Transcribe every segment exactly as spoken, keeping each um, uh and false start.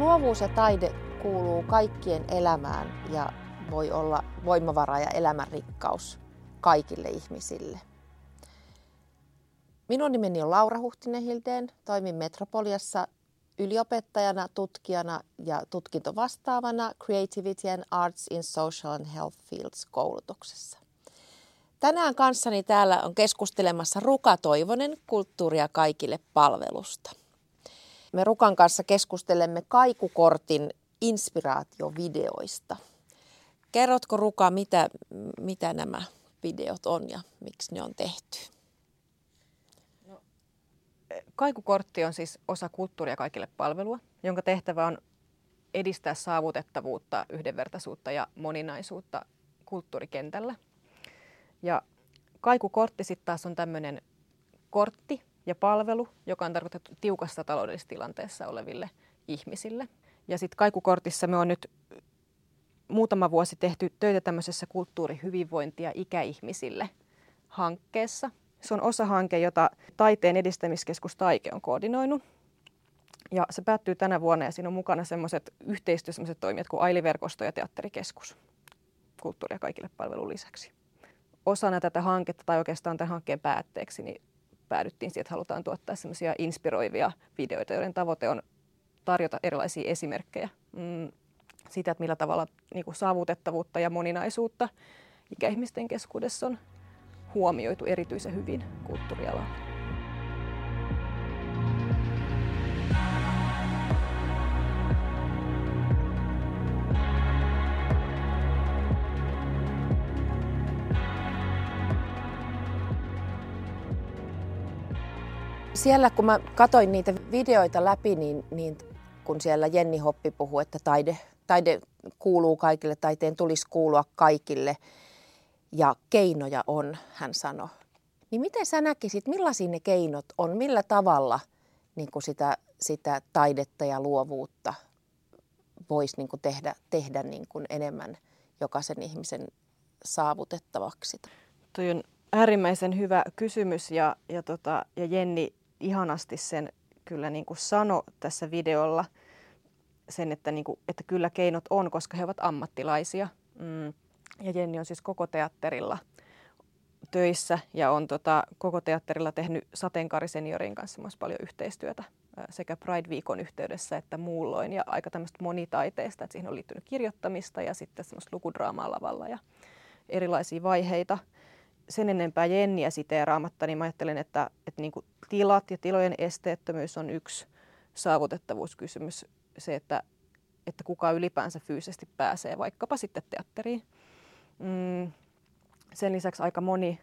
Luovuus ja taide kuuluu kaikkien elämään ja voi olla voimavara ja elämänrikkaus kaikille ihmisille. Minun nimeni on Laura Huhtinen-Hildén, toimin Metropoliassa yliopettajana, tutkijana ja tutkintovastaavana Creativity and Arts in Social and Health Fields -koulutuksessa. Tänään kanssani täällä on keskustelemassa Ruka Toivonen Kulttuuria kaikille -palvelusta. Me Rukan kanssa keskustelemme Kaikukortin inspiraatiovideoista. Kerrotko Ruka, mitä, mitä nämä videot on ja miksi ne on tehty? No, Kaikukortti on siis osa Kulttuuria kaikille -palvelua, jonka tehtävä on edistää saavutettavuutta, yhdenvertaisuutta ja moninaisuutta kulttuurikentällä. Ja Kaikukortti sitten taas on tämmöinen kortti ja palvelu, joka on tarkoitettu tiukassa taloudellisessa tilanteessa oleville ihmisille. Ja sitten Kaikukortissa me on nyt muutama vuosi tehty töitä tämmöisessä kulttuurihyvinvointia ikäihmisille hankkeessa. Se on osa-hanke, jota Taiteen edistämiskeskus Taike on koordinoinut. Ja se päättyy tänä vuonna ja siinä on mukana semmoiset yhteistyö, semmoiset toimijat kuin Aili-verkosto ja Teatterikeskus Kulttuuria kaikille -palvelun lisäksi. Osana tätä hanketta tai oikeastaan tämän hankkeen päätteeksi niin päädyttiin siihen, että halutaan tuottaa semmoisia inspiroivia videoita, joiden tavoite on tarjota erilaisia esimerkkejä mm, siitä, että millä tavalla niin kuin saavutettavuutta ja moninaisuutta ikäihmisten keskuudessa on huomioitu erityisen hyvin kulttuurialalla. Siellä kun mä katsoin niitä videoita läpi, niin, niin kun siellä Jenni Hoppi puhui, että taide, taide kuuluu kaikille, taiteen tulisi kuulua kaikille ja keinoja on, hän sanoi. Niin miten sä näkisit, millaisia ne keinot on, millä tavalla niin kuin sitä, sitä taidetta ja luovuutta voisi niin kuin tehdä, tehdä niin kuin enemmän jokaisen ihmisen saavutettavaksi? Toi on äärimmäisen hyvä kysymys ja, ja, tota, ja Jenni ihanasti sen kyllä niin kuin sanoi tässä videolla sen, että, niin kuin, että kyllä keinot on, koska he ovat ammattilaisia. Mm. Ja Jenni on siis koko teatterilla töissä ja on tota, koko teatterilla tehnyt Sateenkaari-seniorin kanssa myös paljon yhteistyötä sekä Pride-viikon yhteydessä että muulloin ja aika tämmöistä monitaiteista, että siihen on liittynyt kirjoittamista ja sitten semmoista lukudraamaa lavalla ja erilaisia vaiheita. Sen enempää Jenniä siteeraamatta, niin mä ajattelen, että, että niin kuin tilat ja tilojen esteettömyys on yksi saavutettavuuskysymys. Se, että, että kuka ylipäänsä fyysisesti pääsee vaikkapa sitten teatteriin. Mm, sen lisäksi aika moni,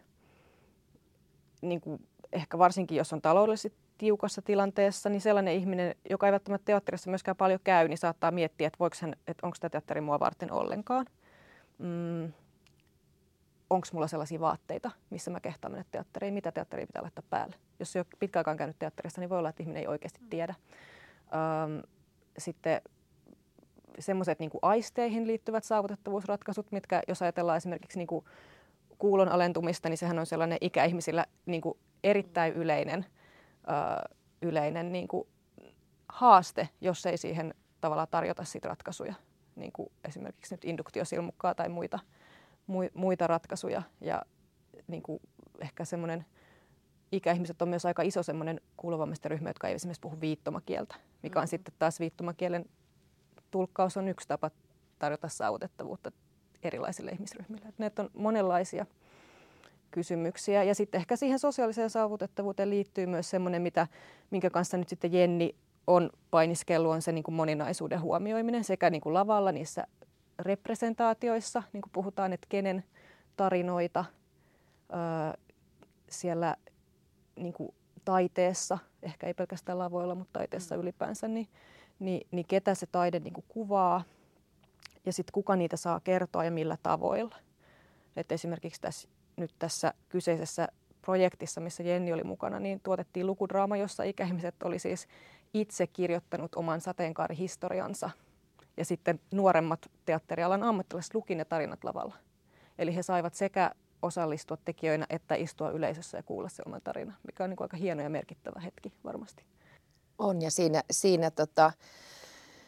niin kuin ehkä varsinkin jos on taloudellisesti tiukassa tilanteessa, niin sellainen ihminen, joka ei välttämättä teatterissa myöskään paljon käy, niin saattaa miettiä, että, voiko hän, että onko tämä teatteri mua varten ollenkaan. Mm, onko mulla sellaisia vaatteita, missä mä kehtaan mennä teatteriin, mitä teatteriin pitää laittaa päälle. Jos ei ole pitkä aikaan käynyt teatterissa, niin voi olla, että ihminen ei oikeasti tiedä. Öm, sitten semmoiset niin kuin aisteihin liittyvät saavutettavuusratkaisut, mitkä jos ajatellaan esimerkiksi niin kuin kuulon alentumista, niin sehän on sellainen ikäihmisillä niin kuin erittäin yleinen, ö, yleinen niin kuin haaste, jos ei siihen tavallaan tarjota sit ratkaisuja, niin kuin esimerkiksi nyt induktiosilmukkaa tai muita. muita ratkaisuja ja niin kuin ehkä semmoinen ikäihmiset on myös aika iso semmoinen kuulovammaisten ryhmä, jotka ei esimerkiksi puhu viittomakieltä, mikä on mm-hmm. sitten taas viittomakielen tulkkaus on yksi tapa tarjota saavutettavuutta erilaisille ihmisryhmille. Ne on monenlaisia kysymyksiä ja sitten ehkä siihen sosiaaliseen saavutettavuuteen liittyy myös semmoinen, mitä, minkä kanssa nyt sitten Jenni on painiskellut, on se niin kuin moninaisuuden huomioiminen sekä niin kuin lavalla niissä representaatioissa, niin kuin puhutaan, että kenen tarinoita öö, siellä niin kuin taiteessa, ehkä ei pelkästään lavoilla, mutta taiteessa mm. ylipäänsä, niin, niin, niin ketä se taide niin kuin kuvaa ja sitten kuka niitä saa kertoa ja millä tavoilla. Et esimerkiksi tässä, nyt tässä kyseisessä projektissa, missä Jenni oli mukana, niin tuotettiin lukudraama, jossa ikäihmiset oli siis itse kirjoittanut oman sateenkaarihistoriansa. Ja sitten nuoremmat teatterialan ammattilaiset luki ne tarinat lavalla. Eli he saivat sekä osallistua tekijöinä että istua yleisössä ja kuulla se oma tarina, mikä on niin kuin aika hieno ja merkittävä hetki varmasti. On ja siinä, siinä tota,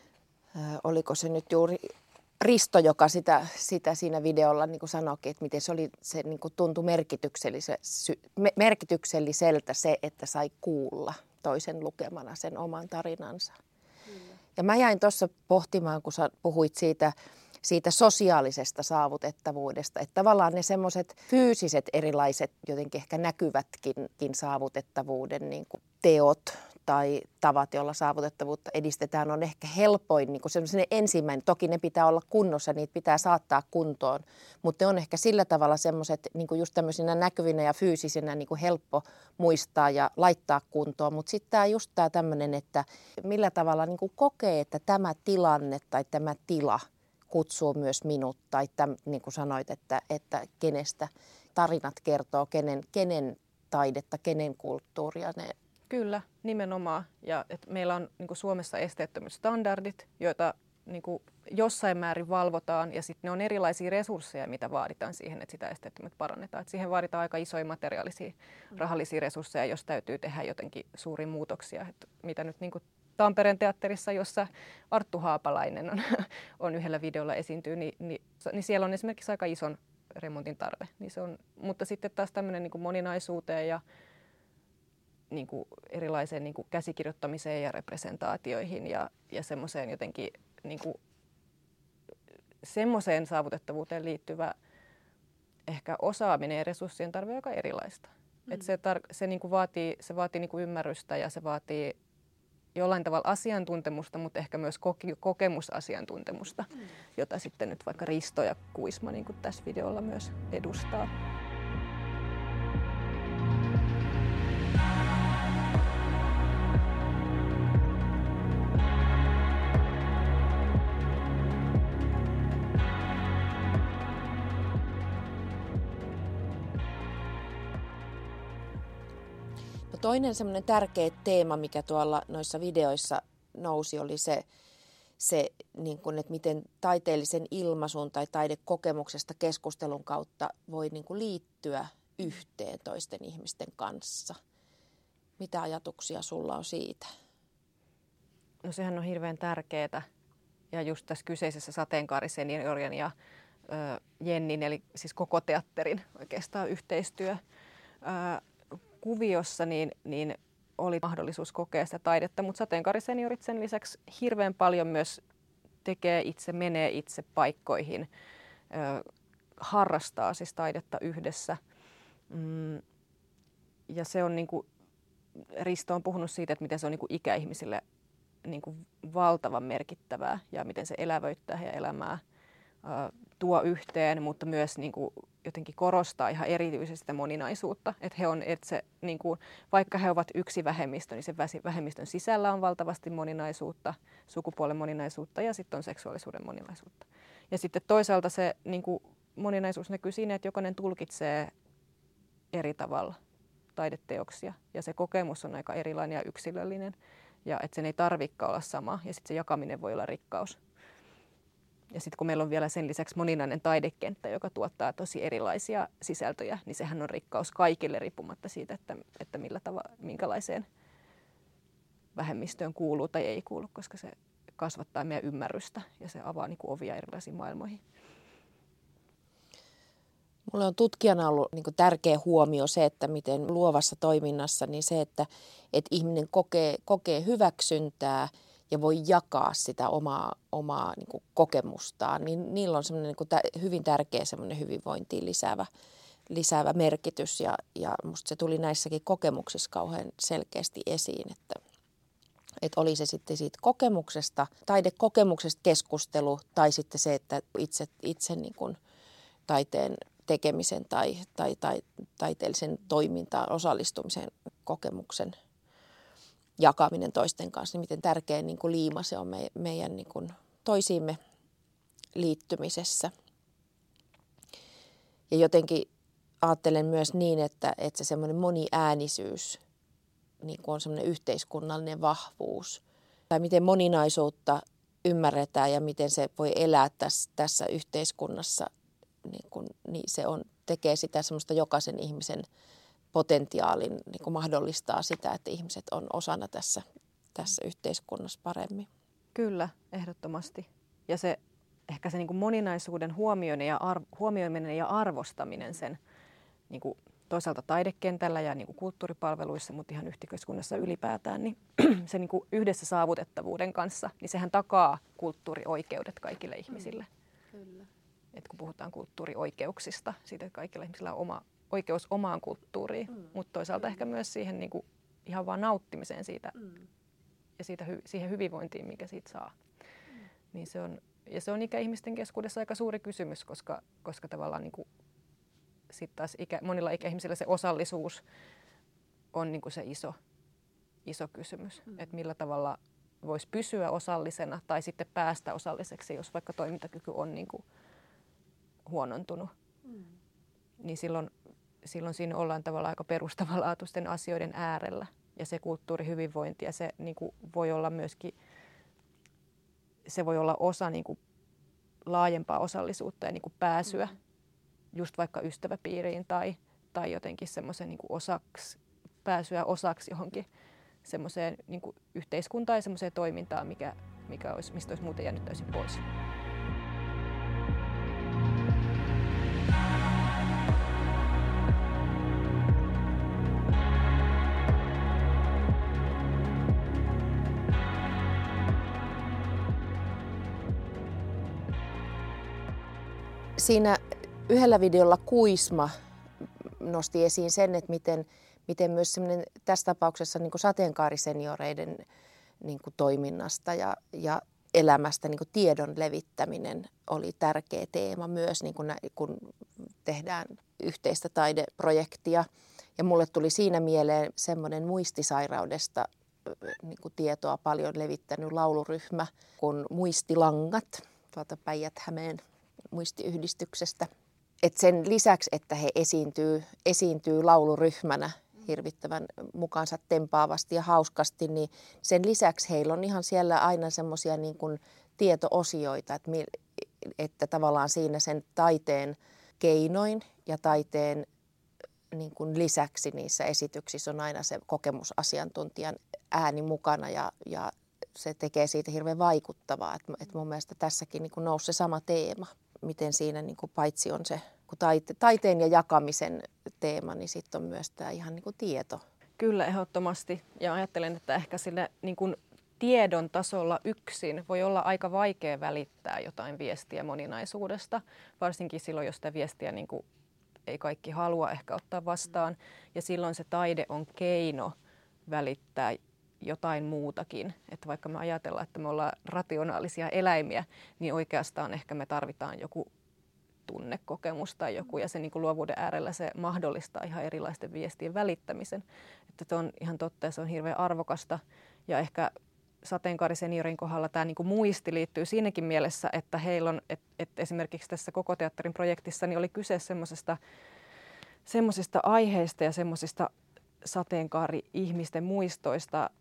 oliko se nyt juuri Risto, joka sitä, sitä siinä videolla niin kuin sanoikin, että miten se, oli, se niin kuin tuntui merkitykselliseltä se, että sai kuulla toisen lukemana sen oman tarinansa. Kyllä. Ja mä jäin tuossa pohtimaan, kun sä puhuit siitä, siitä sosiaalisesta saavutettavuudesta, että tavallaan ne semmoiset fyysiset erilaiset, jotenkin ehkä näkyvätkin saavutettavuuden niin kuin teot tai tavat, joilla saavutettavuutta edistetään, on ehkä helpoin niin kuin semmoinen ensimmäinen. Toki ne pitää olla kunnossa, niitä pitää saattaa kuntoon, mutta ne on ehkä sillä tavalla semmoiset niin kuin just tämmöisinä näkyvinä ja fyysisinä niin kuin helppo muistaa ja laittaa kuntoon. Mutta sitten tämä just tämä tämmöinen, että millä tavalla niin kuin kokee, että tämä tilanne tai tämä tila kutsuu myös minut, tai täm, niin kuin sanoit, että, että kenestä tarinat kertoo, kenen, kenen taidetta, kenen kulttuuria ne. Kyllä, nimenomaan. Ja et meillä on niin kuin Suomessa esteettömyysstandardit, joita niin kuin jossain määrin valvotaan, ja sitten ne on erilaisia resursseja, mitä vaaditaan siihen, että sitä esteettömyyttä parannetaan. Et siihen vaaditaan aika isoja materiaalisia, rahallisia resursseja, jos täytyy tehdä jotenkin suuria muutoksia, et mitä nyt niin kuin Tampereen teatterissa, jossa Arttu Haapalainen on, on yhdellä videolla esiintyy, niin, niin, niin siellä on esimerkiksi aika ison remontin tarve. Niin se on, mutta sitten taas tämmöinen niin kuin moninaisuuteen ja niin kuin erilaiseen niin kuin käsikirjoittamiseen ja representaatioihin ja, ja semmoiseen jotenkin niin kuin, semmoiseen saavutettavuuteen liittyvä ehkä osaaminen ja resurssien tarve on aika erilaista. Mm. Et se tar- se niin kuin vaatii, se vaatii niin kuin ymmärrystä ja se vaatii jollain tavalla asiantuntemusta, mutta ehkä myös koke- kokemusasiantuntemusta, mm. jota sitten nyt vaikka Risto ja Kuisma niin kuin tässä videolla myös edustaa. Toinen semmoinen tärkeä teema, mikä tuolla noissa videoissa nousi, oli se, se niin kuin, että miten taiteellisen ilmaisun tai taidekokemuksesta keskustelun kautta voi niin kuin liittyä yhteen toisten ihmisten kanssa. Mitä ajatuksia sulla on siitä? No sehän on hirveän tärkeää. Ja just tässä kyseisessä Sateenkaariseniorien ja ö, Jennin, eli siis koko teatterin oikeastaan yhteistyö. Ö, kuviossa niin, niin oli mahdollisuus kokea sitä taidetta, mutta Sateenkaariseniorit sen lisäksi hirveän paljon myös tekee itse, menee itse paikkoihin, ö, harrastaa siis taidetta yhdessä. Mm, ja se on niin kuin, Risto on puhunut siitä, että miten se on niin kuin ikäihmisille niin kuin valtavan merkittävää ja miten se elävöittää heidän elämää, ö, tuo yhteen, mutta myös niin kuin jotenkin korostaa ihan erityisesti sitä moninaisuutta. Että he on, että se, niin kuin, vaikka he ovat yksi vähemmistö, niin sen vähemmistön sisällä on valtavasti moninaisuutta, sukupuolen moninaisuutta ja sitten on seksuaalisuuden moninaisuutta. Ja sitten toisaalta se niin kuin moninaisuus näkyy siinä, että jokainen tulkitsee eri tavalla taideteoksia. Ja se kokemus on aika erilainen ja yksilöllinen. Ja että sen ei tarvitsekaan olla sama. Ja sitten se jakaminen voi olla rikkaus. Ja sitten kun meillä on vielä sen lisäksi moninainen taidekenttä, joka tuottaa tosi erilaisia sisältöjä, niin sehän on rikkaus kaikille riippumatta siitä, että, että millä tava, minkälaiseen vähemmistöön kuuluu tai ei kuulu, koska se kasvattaa meidän ymmärrystä ja se avaa niin kuin ovia erilaisiin maailmoihin. Mulle on tutkijana ollut niin kuin tärkeä huomio se, että miten luovassa toiminnassa, niin se, että, että ihminen kokee, kokee hyväksyntää ja voi jakaa sitä omaa, omaa niin kuin kokemustaan, niin niillä on semmoinen niin kuin tä- hyvin tärkeä semmoinen hyvinvointiin lisäävä, lisäävä merkitys. Ja, ja musta se tuli näissäkin kokemuksissa kauhean selkeästi esiin, että, että oli se sitten siitä kokemuksesta, taidekokemuksesta keskustelu tai sitten se, että itse, itse niin kuin taiteen tekemisen tai, tai, tai taiteellisen toimintaan osallistumisen kokemuksen jakaminen toisten kanssa, niin miten tärkeä niin kuin liima se on me, meidän niin kuin toisiimme liittymisessä. Ja jotenkin ajattelen myös niin, että, että se semmoinen moniäänisyys niin kuin on semmoinen yhteiskunnallinen vahvuus. Tai miten moninaisuutta ymmärretään ja miten se voi elää tässä, tässä yhteiskunnassa, niin, kuin, niin se on, tekee sitä semmoista jokaisen ihmisen potentiaalin, niin kuin mahdollistaa sitä, että ihmiset on osana tässä, tässä yhteiskunnassa paremmin. Kyllä, ehdottomasti. Ja se ehkä se niin kuin moninaisuuden huomioiminen ja, arv- huomioiminen ja arvostaminen sen niin kuin toisaalta taidekentällä ja niin kuin kulttuuripalveluissa, mutta ihan yhteiskunnassa ylipäätään, niin se niin kuin yhdessä saavutettavuuden kanssa, niin sehän takaa kulttuurioikeudet kaikille ihmisille. Kyllä. Et kun puhutaan kulttuurioikeuksista, siitä että kaikilla ihmisillä on oma oikeus omaan kulttuuriin, mm. mutta toisaalta mm. ehkä myös siihen niin kuin ihan vaan nauttimiseen siitä mm. ja siitä, siihen hyvinvointiin, mikä siitä saa. Mm. Niin se on, ja se on ikäihmisten keskuudessa aika suuri kysymys, koska, koska tavallaan niin kuin sitten taas ikä, monilla ikäihmisillä se osallisuus on niin kuin se iso, iso kysymys, mm. että millä tavalla voisi pysyä osallisena tai sitten päästä osalliseksi, jos vaikka toimintakyky on niin kuin huonontunut. Mm. Niin silloin, silloin siinä ollaan tavallaan aika perustavanlaatuisten asioiden äärellä. Ja se kulttuurihyvinvointi ja se niin kuin voi olla myöskin, se voi olla osa niin kuin laajempaa osallisuutta ja niin kuin pääsyä mm. just vaikka ystäväpiiriin tai, tai jotenkin semmoisen niin kuin osaksi, pääsyä osaksi johonkin semmoiseen niin kuin yhteiskuntaan ja semmoiseen toimintaan, mikä, mikä olisi, mistä olisi muuten jäänyt täysin pois. Siinä yhdellä videolla Kuisma nosti esiin sen, että miten, miten myös tässä tapauksessa niin kuin sateenkaarisenioreiden niin kuin toiminnasta ja, ja elämästä niin kuin tiedon levittäminen oli tärkeä teema myös, niin kuin nä, kun tehdään yhteistä taideprojektia. Ja mulle tuli siinä mieleen semmoinen muistisairaudesta niin kuin tietoa paljon levittänyt lauluryhmä kuin Muistilangat tuolta Päijät-Hämeen muistiyhdistyksestä. Et sen lisäksi, että he esiintyy, esiintyy lauluryhmänä hirvittävän mukaansa tempaavasti ja hauskasti, niin sen lisäksi heillä on ihan siellä aina semmoisia niin kuin tieto-osioita, että, että tavallaan siinä sen taiteen keinoin ja taiteen niin kuin lisäksi niissä esityksissä on aina se kokemusasiantuntijan ääni mukana ja, ja se tekee siitä hirveän vaikuttavaa. Et, et mun mielestä tässäkin niin kuin nousi se sama teema, miten siinä niin kuin paitsi on se taite, taiteen ja jakamisen teema, niin sitten on myös tämä ihan niin kuin tieto. Kyllä, ehdottomasti. Ja ajattelen, että ehkä sille niin kuin tiedon tasolla yksin voi olla aika vaikea välittää jotain viestiä moninaisuudesta, varsinkin silloin, jos sitä viestiä niin kuin ei kaikki halua ehkä ottaa vastaan. Ja silloin se taide on keino välittää jotain muutakin. Että vaikka me ajatellaan, että me ollaan rationaalisia eläimiä, niin oikeastaan ehkä me tarvitaan joku tunnekokemus tai joku, ja se niin kuin luovuuden äärellä se mahdollistaa ihan erilaisten viestien välittämisen. Että se on ihan totta ja se on hirveän arvokasta. Ja ehkä sateenkaariseniorin kohdalla tämä niin kuin muisti liittyy siinäkin mielessä, että heillä on, että, että esimerkiksi tässä Koko teatterin projektissa niin oli kyse semmoisesta semmoisista aiheista ja semmoisista sateenkaari-ihmisten muistoista,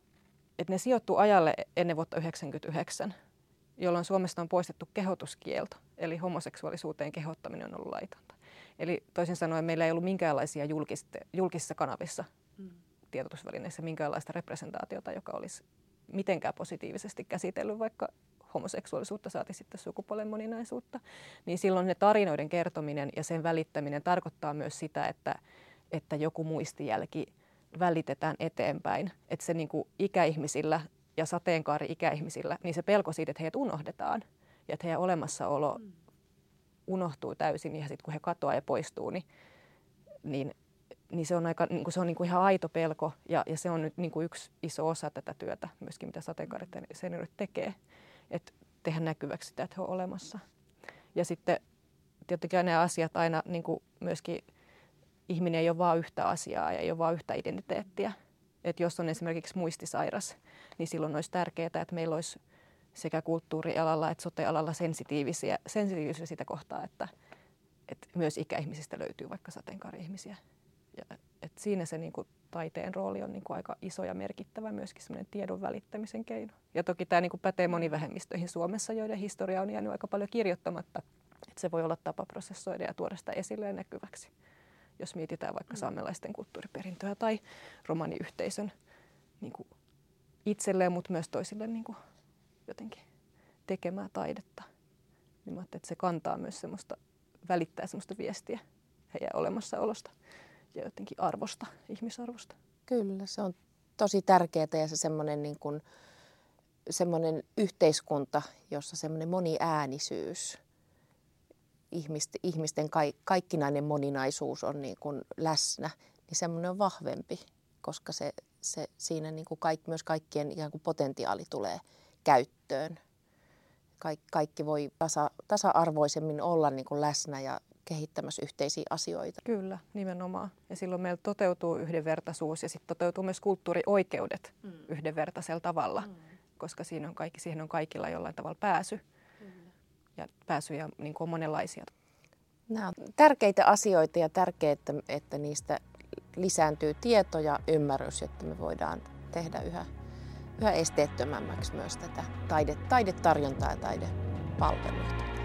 että ne sijoittuu ajalle ennen vuotta yhdeksänkymmentäyhdeksän, jolloin Suomesta on poistettu kehotuskielto, eli homoseksuaalisuuteen kehottaminen on ollut laitonta. Eli toisin sanoen meillä ei ollut minkäänlaisia julkisissa kanavissa, mm. tiedotusvälineissä minkäänlaista representaatiota, joka olisi mitenkään positiivisesti käsitellyt vaikka homoseksuaalisuutta, saati sitten sukupuolen moninaisuutta. Niin silloin ne tarinoiden kertominen ja sen välittäminen tarkoittaa myös sitä, että, että joku muistijälki välitetään eteenpäin. Että se niin kuin ikäihmisillä ja sateenkaari-ikäihmisillä, niin se pelko siitä, että heidät unohdetaan ja että heidän olemassaolo unohtuu täysin ja sitten kun he katoaa ja poistuu, niin, niin, niin se on, aika, niin kuin se on niin kuin ihan aito pelko ja, ja se on nyt niin kuin yksi iso osa tätä työtä myöskin, mitä sateenkaariseniorit tekee, että tehdä näkyväksi sitä, että he on olemassa. Ja sitten tietenkin nämä asiat aina niin kuin myöskin ihminen ei ole vain yhtä asiaa ja ei ole vain yhtä identiteettiä. Että jos on esimerkiksi muistisairas, niin silloin olisi tärkeää, että meillä olisi sekä kulttuurialalla että sote-alalla sensitiivisiä, sensitiivisiä sitä kohtaa, että, että myös ikäihmisistä löytyy vaikka sateenkaari-ihmisiä. Ja, että siinä se niin kuin, taiteen rooli on niin kuin, aika iso ja merkittävä, myöskin semmoinen tiedon välittämisen keino. Ja toki tämä niin kuin, pätee monivähemmistöihin Suomessa, joiden historia on jäänyt aika paljon kirjoittamatta. Että se voi olla tapa prosessoida ja tuoda sitä esille ja näkyväksi. Jos mietitään vaikka saamelaisten kulttuuriperintöä tai romaniyhteisön niin kuin itselleen, mutta myös toisille niin kuin jotenkin tekemään taidetta. Niin mä ajattelin, että se kantaa myös semmoista, välittää semmoista viestiä heidän olemassaolosta ja jotenkin arvosta, ihmisarvosta. Kyllä, se on tosi tärkeää ja se semmoinen niin kuin, semmoinen yhteiskunta, jossa semmoinen moniäänisyys, ihmisten, ihmisten ka, kaikkinainen moninaisuus on niin kuin läsnä, niin semmoinen on vahvempi, koska se, se siinä niin kuin kaikki, myös kaikkien ikään kuin potentiaali tulee käyttöön. Kaik, kaikki voi tasa, tasa-arvoisemmin olla niin kuin läsnä ja kehittämässä yhteisiä asioita. Kyllä, nimenomaan. Ja silloin meillä toteutuu yhdenvertaisuus ja sitten toteutuu myös kulttuurioikeudet mm. yhdenvertaisella tavalla, mm. koska siinä on kaikki, siihen on kaikilla jollain tavalla pääsy. Mm. Ja pääsyjä niin kuin on monenlaisia. Nämä on tärkeitä asioita ja tärkeää, että, että niistä lisääntyy tieto ja ymmärrys, että me voidaan tehdä yhä, yhä esteettömämmäksi myös tätä taide, taidetarjontaa ja taidepalveluita.